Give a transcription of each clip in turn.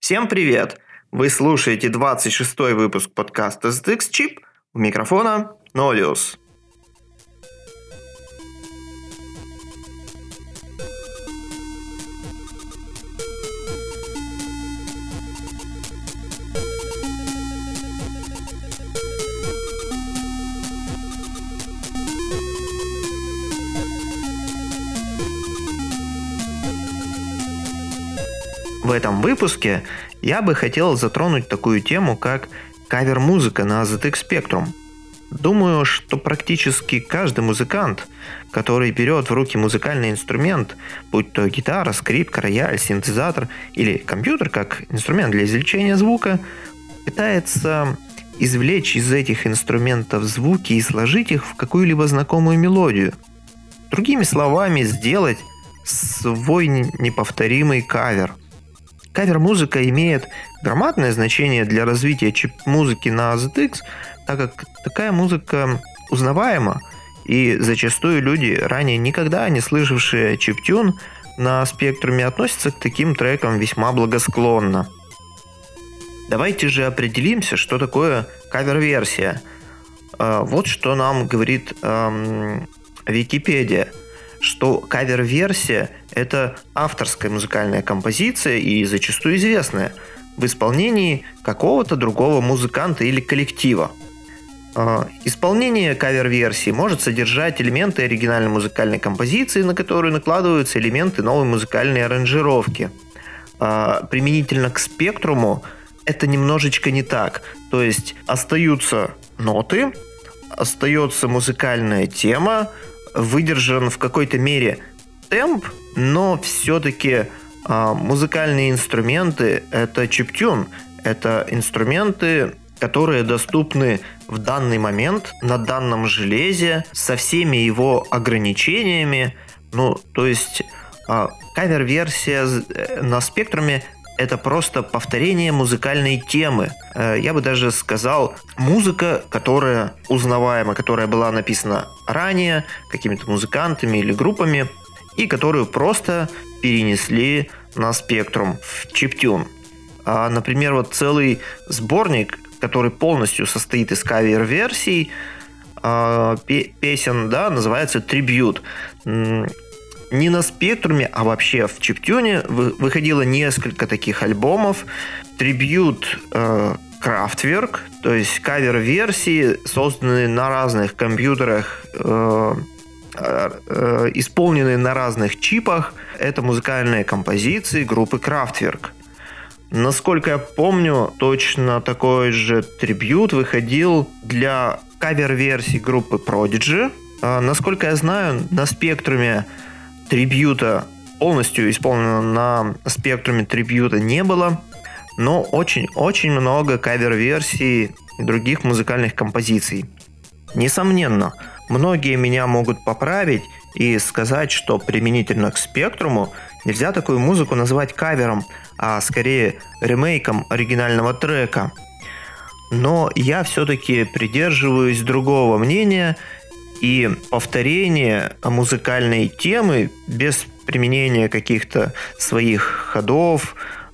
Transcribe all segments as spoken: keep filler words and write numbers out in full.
Всем привет! Вы слушаете двадцать шестой выпуск подкаста зет икс Chip. У микрофона Нолиус. В этом выпуске я бы хотел затронуть такую тему, как кавер-музыка на зет икс Spectrum. Думаю, что практически каждый музыкант, который берет в руки музыкальный инструмент, будь то гитара, скрипка, рояль, синтезатор или компьютер как инструмент для извлечения звука, пытается извлечь из этих инструментов звуки и сложить их в какую-либо знакомую мелодию. Другими словами, сделать свой неповторимый кавер. Кавер-музыка имеет громадное значение для развития чип-музыки на зет икс, так как такая музыка узнаваема, и зачастую люди, ранее никогда не слышавшие чиптюн на спектруме, относятся к таким трекам весьма благосклонно. Давайте же определимся, что такое кавер-версия. Вот что нам говорит эм, Википедия. Что кавер-версия – это авторская музыкальная композиция и зачастую известная в исполнении какого-то другого музыканта или коллектива. Исполнение кавер-версии может содержать элементы оригинальной музыкальной композиции, на которую накладываются элементы новой музыкальной аранжировки. Применительно к спектруму это немножечко не так. То есть остаются ноты, остается музыкальная тема, выдержан в какой-то мере темп, но все-таки а, музыкальные инструменты – это чиптюн, это инструменты, которые доступны в данный момент на данном железе со всеми его ограничениями. Ну, то есть а, кавер-версия на спектруме – это просто повторение музыкальной темы. Я бы даже сказал, музыка, которая узнаваема, которая была написана ранее какими-то музыкантами или группами, и которую просто перенесли на спектрум в чиптюн. А, например, вот целый сборник, который полностью состоит из кавер-версий а, песен, да, называется «Tribute». Не на спектруме, а вообще в чиптюне выходило несколько таких альбомов. Трибьют э, Kraftwerk, то есть кавер-версии, созданные на разных компьютерах, э, э, исполненные на разных чипах. Это музыкальные композиции группы Kraftwerk. Насколько я помню, точно такой же трибьют выходил для кавер-версий группы Prodigy. Э, насколько я знаю, на спектруме трибьюта полностью исполнено на спектруме трибьюта не было, но очень-очень много кавер-версий и других музыкальных композиций. Несомненно, многие меня могут поправить и сказать, что применительно к спектруму нельзя такую музыку назвать кавером, а скорее ремейком оригинального трека. Но я все-таки придерживаюсь другого мнения. И повторение музыкальной темы без применения каких-то своих ходов,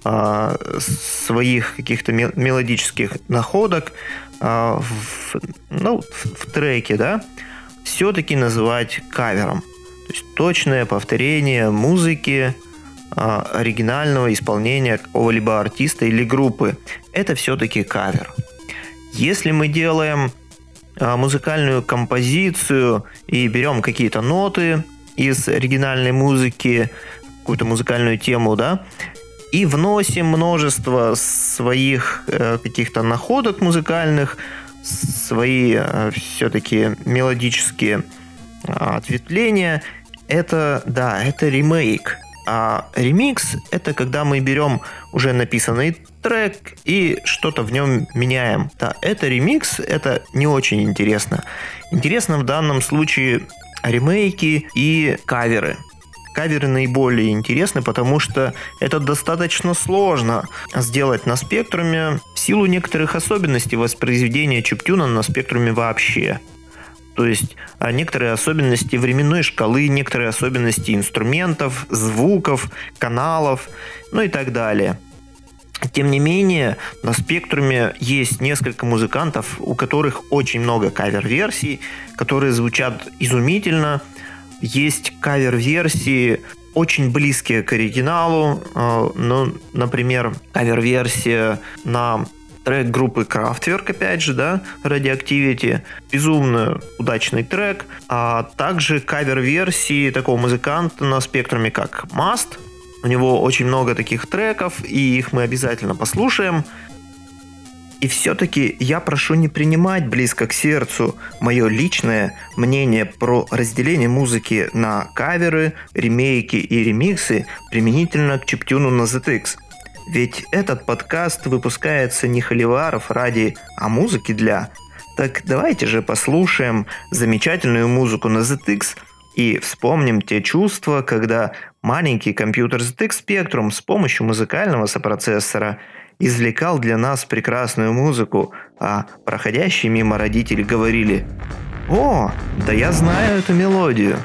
своих каких-то мелодических находок в, ну, в треке, да, все-таки называть кавером. То есть точное повторение музыки оригинального исполнения какого-либо артиста или группы. Это все-таки кавер. Если мы делаем музыкальную композицию и берем какие-то ноты из оригинальной музыки, какую-то музыкальную тему, да, и вносим множество своих э, каких-то находок музыкальных, свои э, все-таки мелодические э, ответвления, это, да, это ремейк. А ремикс – это когда мы берем уже написанный трек и что-то в нем меняем. Да, это ремикс, это не очень интересно. Интересно в данном случае ремейки и каверы. Каверы наиболее интересны, потому что это достаточно сложно сделать на спектруме в силу некоторых особенностей воспроизведения чиптюна на спектруме вообще. То есть некоторые особенности временной шкалы, некоторые особенности инструментов, звуков, каналов, ну и так далее. Тем не менее, на спектруме есть несколько музыкантов, у которых очень много кавер-версий, которые звучат изумительно. Есть кавер-версии, очень близкие к оригиналу. Ну, например, кавер-версия на трек группы Kraftwerk, опять же, да, Radioactivity. Безумно удачный трек. А также кавер-версии такого музыканта на спектруме, как Must. У него очень много таких треков, и их мы обязательно послушаем. И все-таки я прошу не принимать близко к сердцу мое личное мнение про разделение музыки на каверы, ремейки и ремиксы применительно к чиптюну на зет икс. Ведь этот подкаст выпускается не холиваров ради, а музыки для. Так давайте же послушаем замечательную музыку на зет икс и вспомним те чувства, когда маленький компьютер зет икс Spectrum с помощью музыкального сопроцессора извлекал для нас прекрасную музыку, а проходящие мимо родители говорили: «О, да я знаю эту мелодию».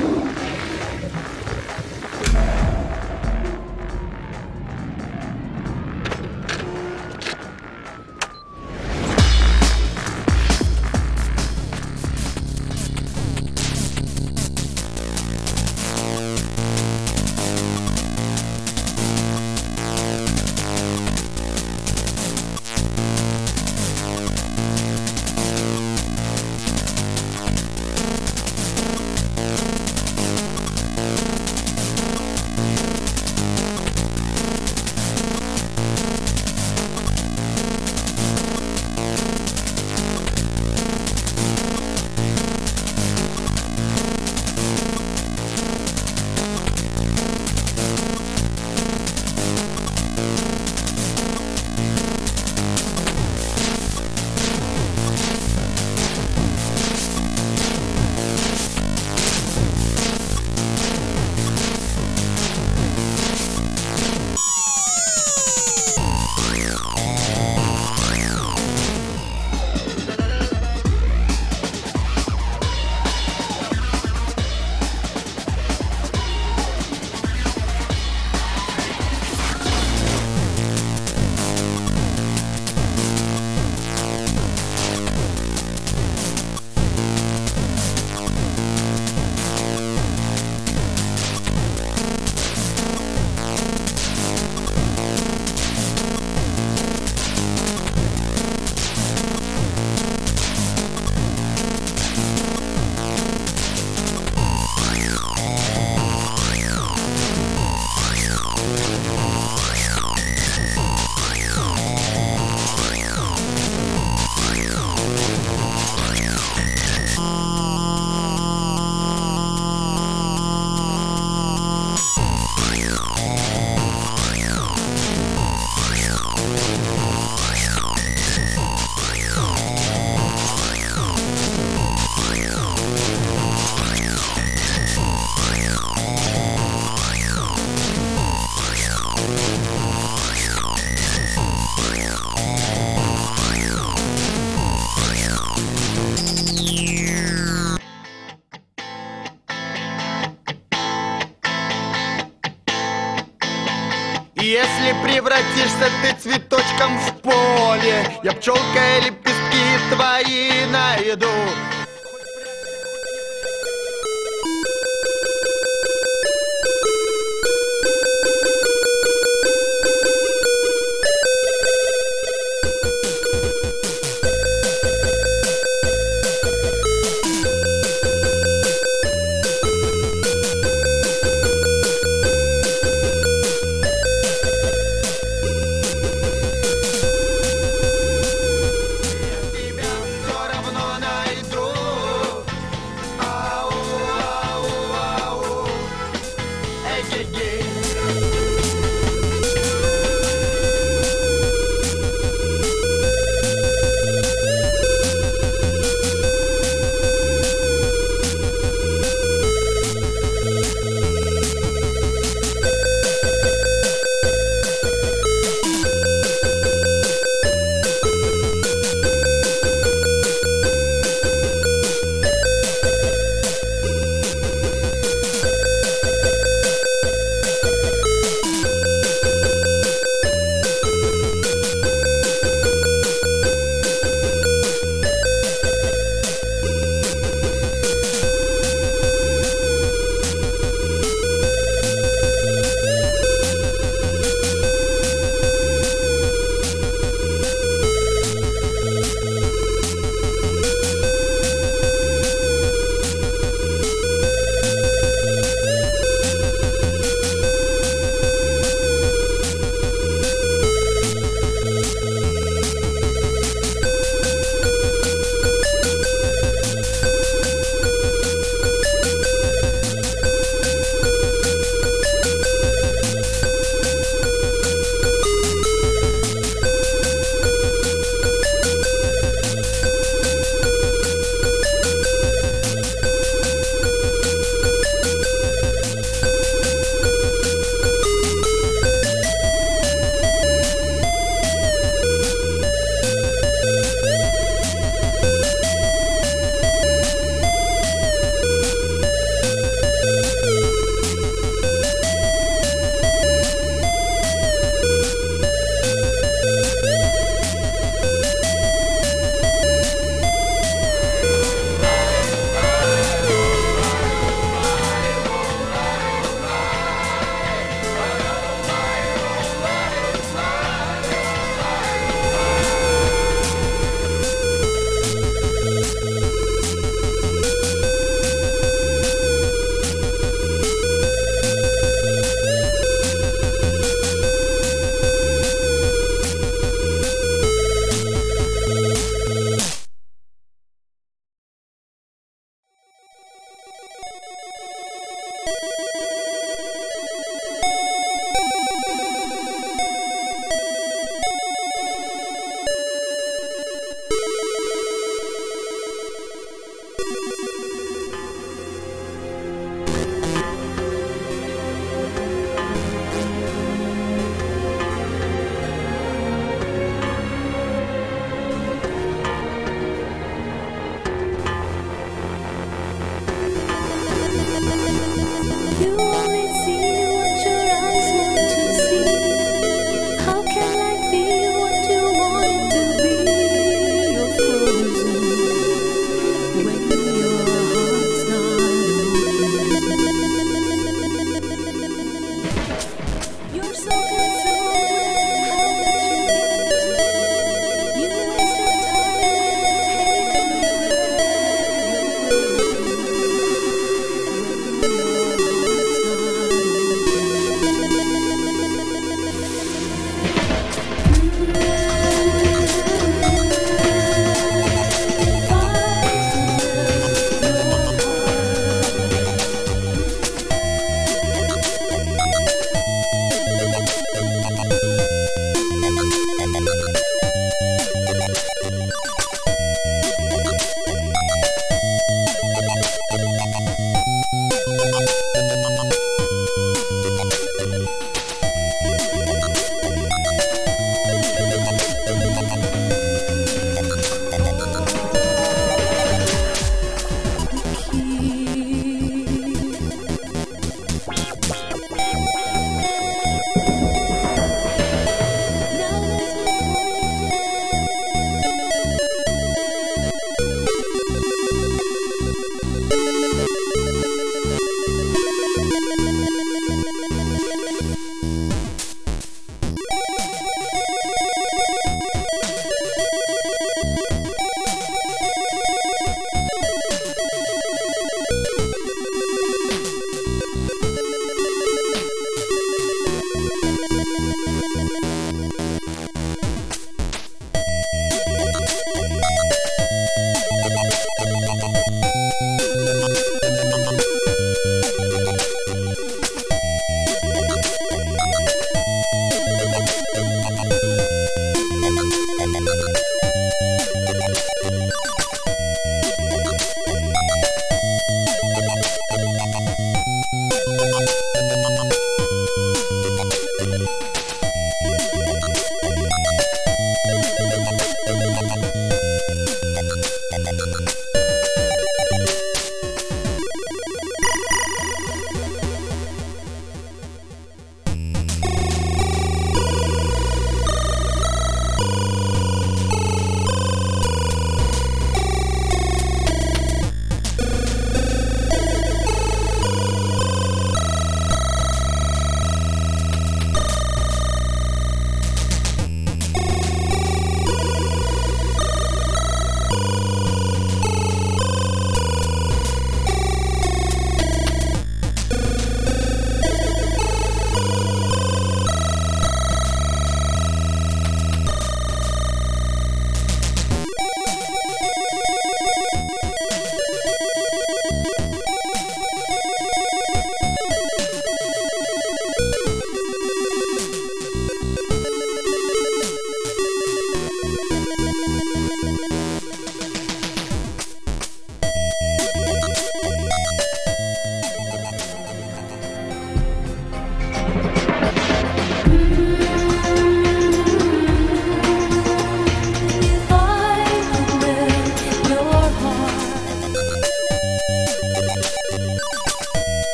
Если превратишься ты цветочком в поле, я пчелкой лепестки твои найду. Тебя все равно найду.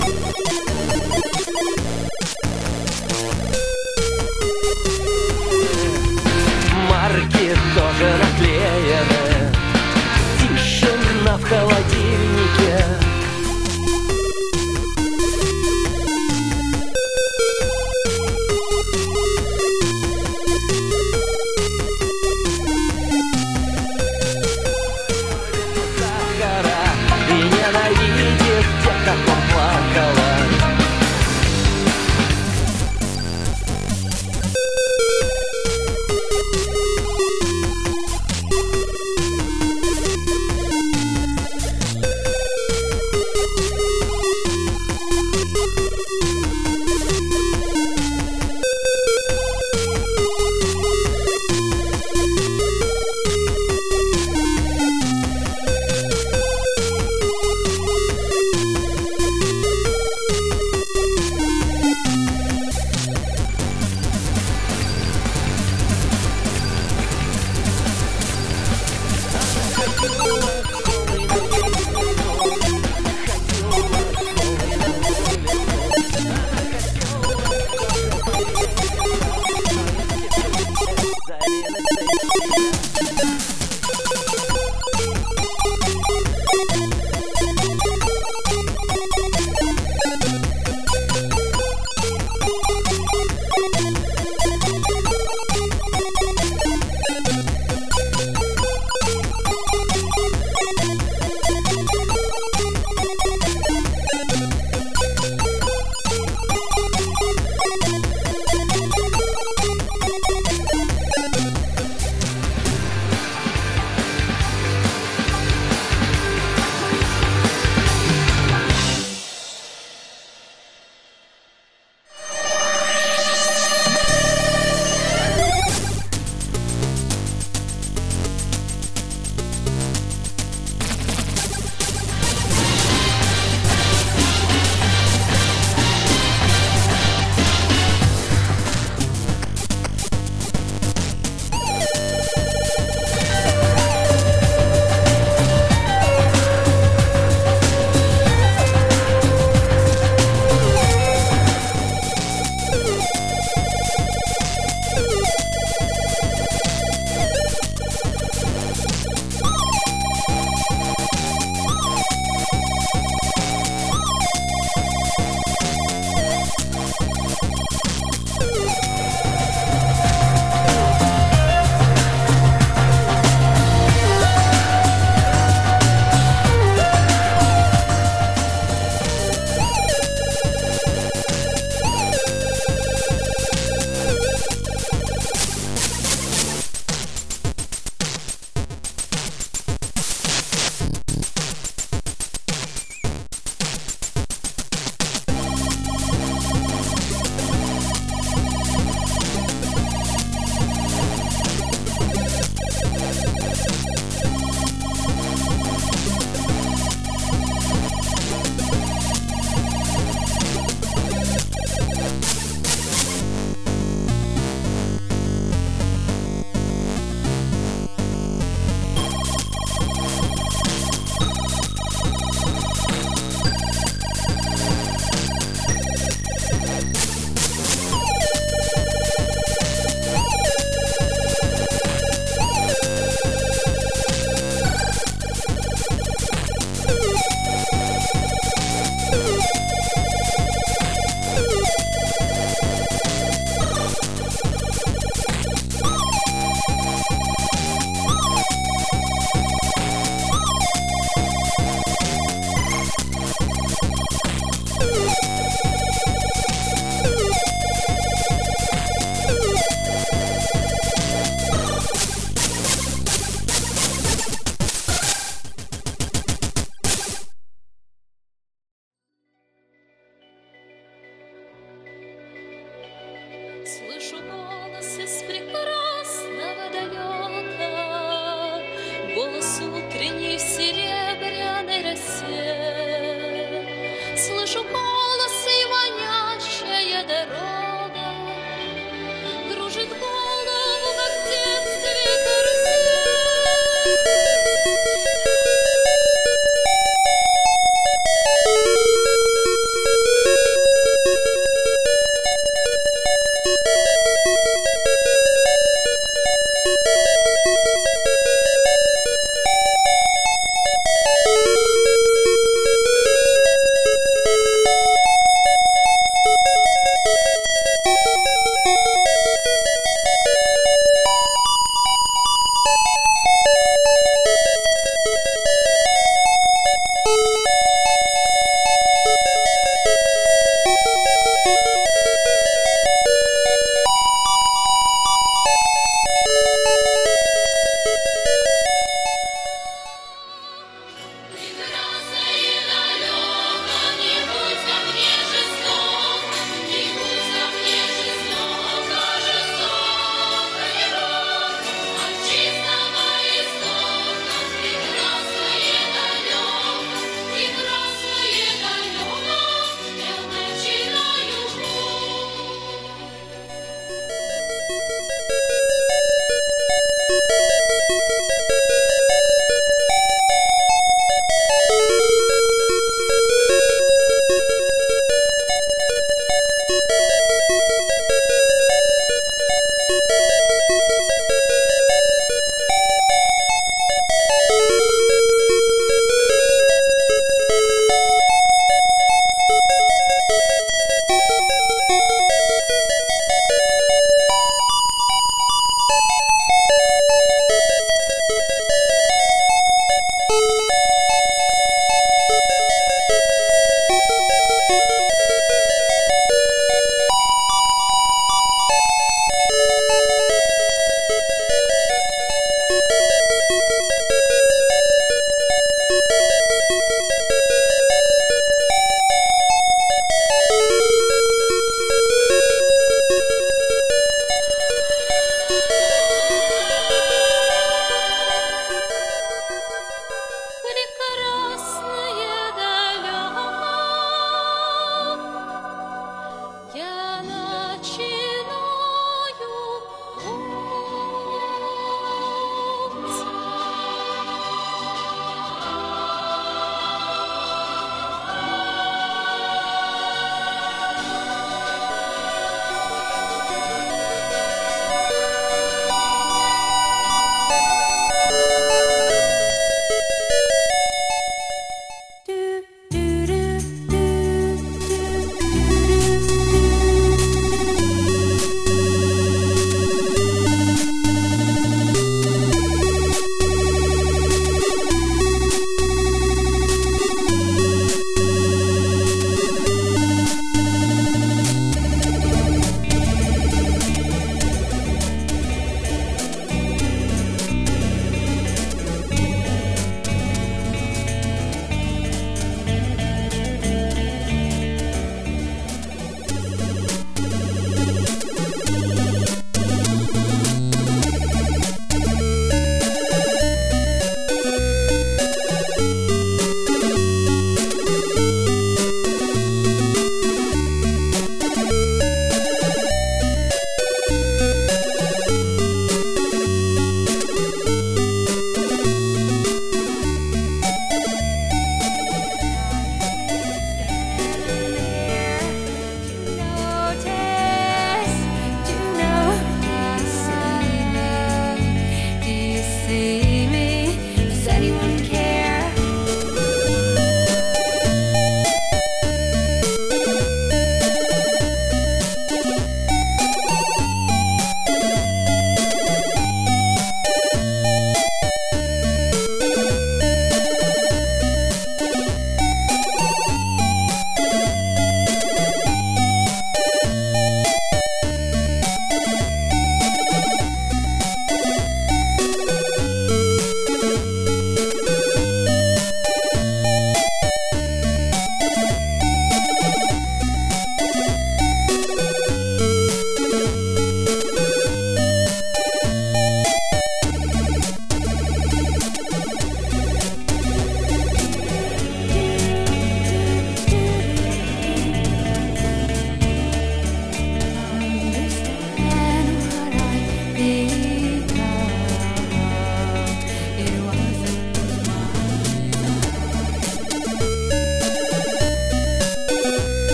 Марки тоже наклеены, тишина в холодильнике. Сахара и ненавидит тех, как он плакала.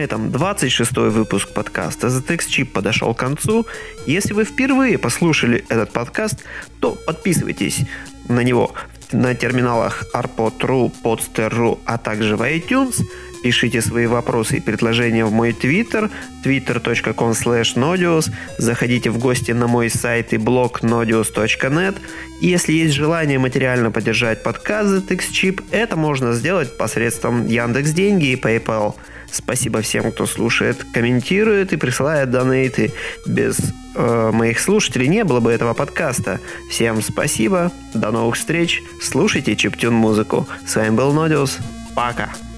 этом двадцать шестой выпуск подкаста зет икс Chip подошел к концу. Если вы впервые послушали этот подкаст, то подписывайтесь на него на терминалах арпод точка ру, подстер точка ру, а также в iTunes. Пишите свои вопросы и предложения в мой твиттер, твиттер точка ком слэш нодиус. Заходите в гости на мой сайт и блог нодиус точка нет. И если есть желание материально поддержать подкаст зет икс Chip, это можно сделать посредством Яндекс.Деньги и PayPal. Спасибо всем, кто слушает, комментирует и присылает донейты. Без э, моих слушателей не было бы этого подкаста. Всем спасибо, до новых встреч, слушайте чиптюн музыку. С вами был Нодиус, пока.